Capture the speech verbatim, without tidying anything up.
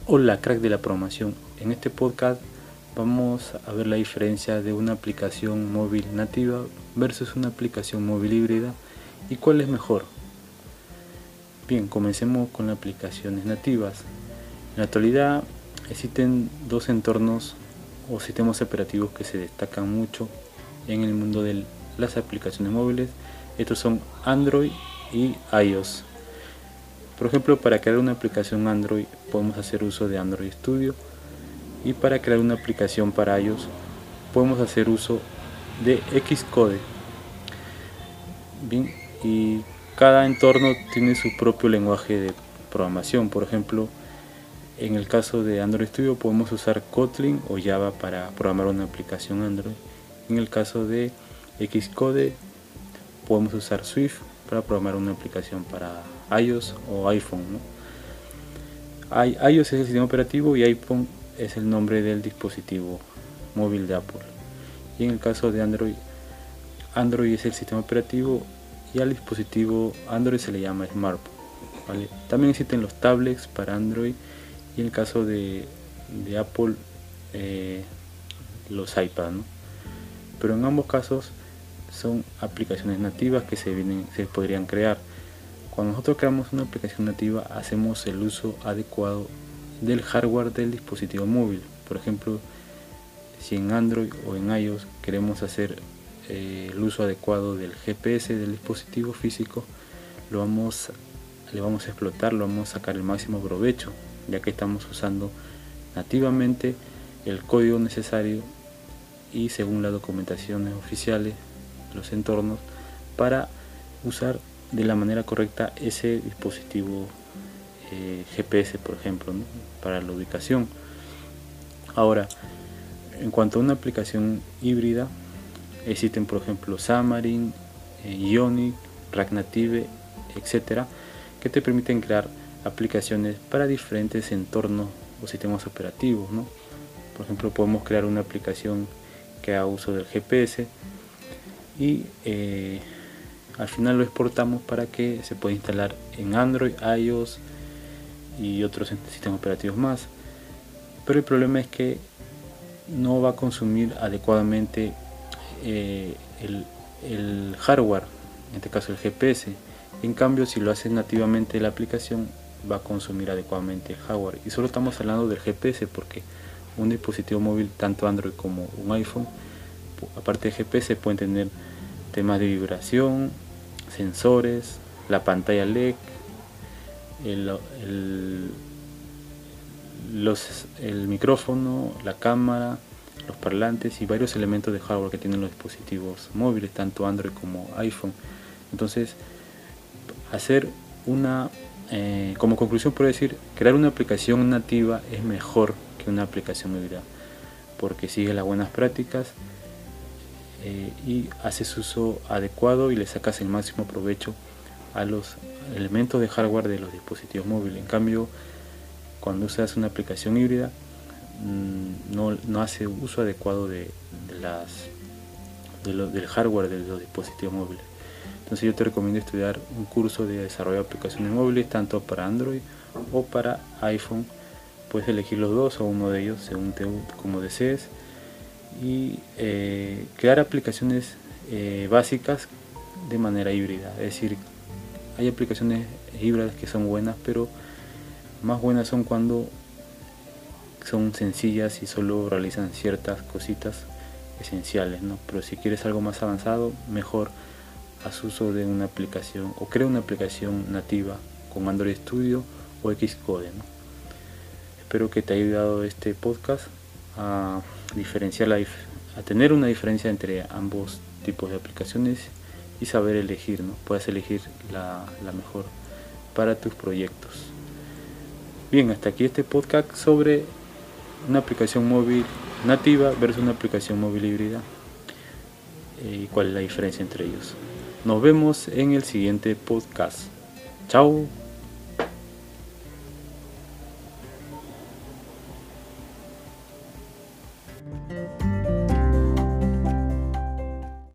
Hola, crack de la programación. En este podcast vamos a ver la diferencia de una aplicación móvil nativa versus una aplicación móvil híbrida y cuál es mejor. Bien, comencemos con las aplicaciones nativas. En la actualidad existen dos entornos o sistemas operativos que se destacan mucho en el mundo de las aplicaciones móviles. Estos son Android y iOS. Por ejemplo, para crear una aplicación Android podemos hacer uso de Android Studio, y para crear una aplicación para iOS podemos hacer uso de Xcode. Bien, y cada entorno tiene su propio lenguaje de programación. Por ejemplo, en el caso de Android Studio podemos usar Kotlin o Java para programar una aplicación Android. En el caso de Xcode podemos usar Swift para programar una aplicación para iOS o iPhone, ¿no? iOS es el sistema operativo y iPhone es el nombre del dispositivo móvil de Apple. Y en el caso de Android, Android es el sistema operativo y al dispositivo Android se le llama smartphone, ¿vale? También existen los tablets para Android y en el caso de, de Apple eh, los iPad, ¿no? Pero en ambos casos son aplicaciones nativas que se, vienen, se podrían crear. Cuando nosotros creamos una aplicación nativa hacemos el uso adecuado del hardware del dispositivo móvil. Por ejemplo, si en Android o en iOS queremos hacer eh, el uso adecuado del G P S del dispositivo físico, lo vamos, le vamos a explotar, lo vamos a sacar el máximo provecho, ya que estamos usando nativamente el código necesario y según las documentaciones oficiales, los entornos, para usar de la manera correcta ese dispositivo eh, G P S, por ejemplo, ¿no? Para la ubicación. Ahora, en cuanto a una aplicación híbrida, existen por ejemplo Xamarin, eh, Ionic, React Native, etcétera, que te permiten crear aplicaciones para diferentes entornos o sistemas operativos, ¿no? Por ejemplo, podemos crear una aplicación que haga uso del G P S y eh, al final lo exportamos para que se pueda instalar en Android, iOS y otros sistemas operativos más. Pero el problema es que no va a consumir adecuadamente eh, el, el hardware, en este caso el G P S. En cambio, si lo haces nativamente la aplicación, va a consumir adecuadamente el hardware. Y solo estamos hablando del G P S porque un dispositivo móvil, tanto Android como un iPhone, aparte de G P S, pueden tener temas de vibración, sensores, la pantalla L E D, el, el, los, el micrófono, la cámara, los parlantes y varios elementos de hardware que tienen los dispositivos móviles, tanto Android como iPhone. Entonces, hacer una, eh, como conclusión puedo decir, crear una aplicación nativa es mejor que una aplicación híbrida, porque sigue las buenas prácticas eh, y haces uso adecuado y le sacas el máximo provecho a los elementos de hardware de los dispositivos móviles. En cambio, cuando usas una aplicación híbrida, no, no hace uso adecuado de, de las, de lo, del hardware de los dispositivos móviles. Entonces yo te recomiendo estudiar un curso de desarrollo de aplicaciones móviles, tanto para Android o para iPhone. Puedes elegir los dos o uno de ellos según te, como desees, y eh, crear aplicaciones eh, básicas de manera híbrida. Es decir, hay aplicaciones híbridas que son buenas, pero más buenas son cuando son sencillas y solo realizan ciertas cositas esenciales, ¿no? Pero si quieres algo más avanzado, mejor haz uso de una aplicación o crea una aplicación nativa con Android Studio o Xcode, ¿no? Espero que te haya ayudado este podcast a diferenciar la, a tener una diferencia entre ambos tipos de aplicaciones y saber elegir, ¿no? Puedes elegir la, la mejor para tus proyectos. Bien, hasta aquí este podcast sobre una aplicación móvil nativa versus una aplicación móvil híbrida y cuál es la diferencia entre ellos. Nos vemos en el siguiente podcast. Chao.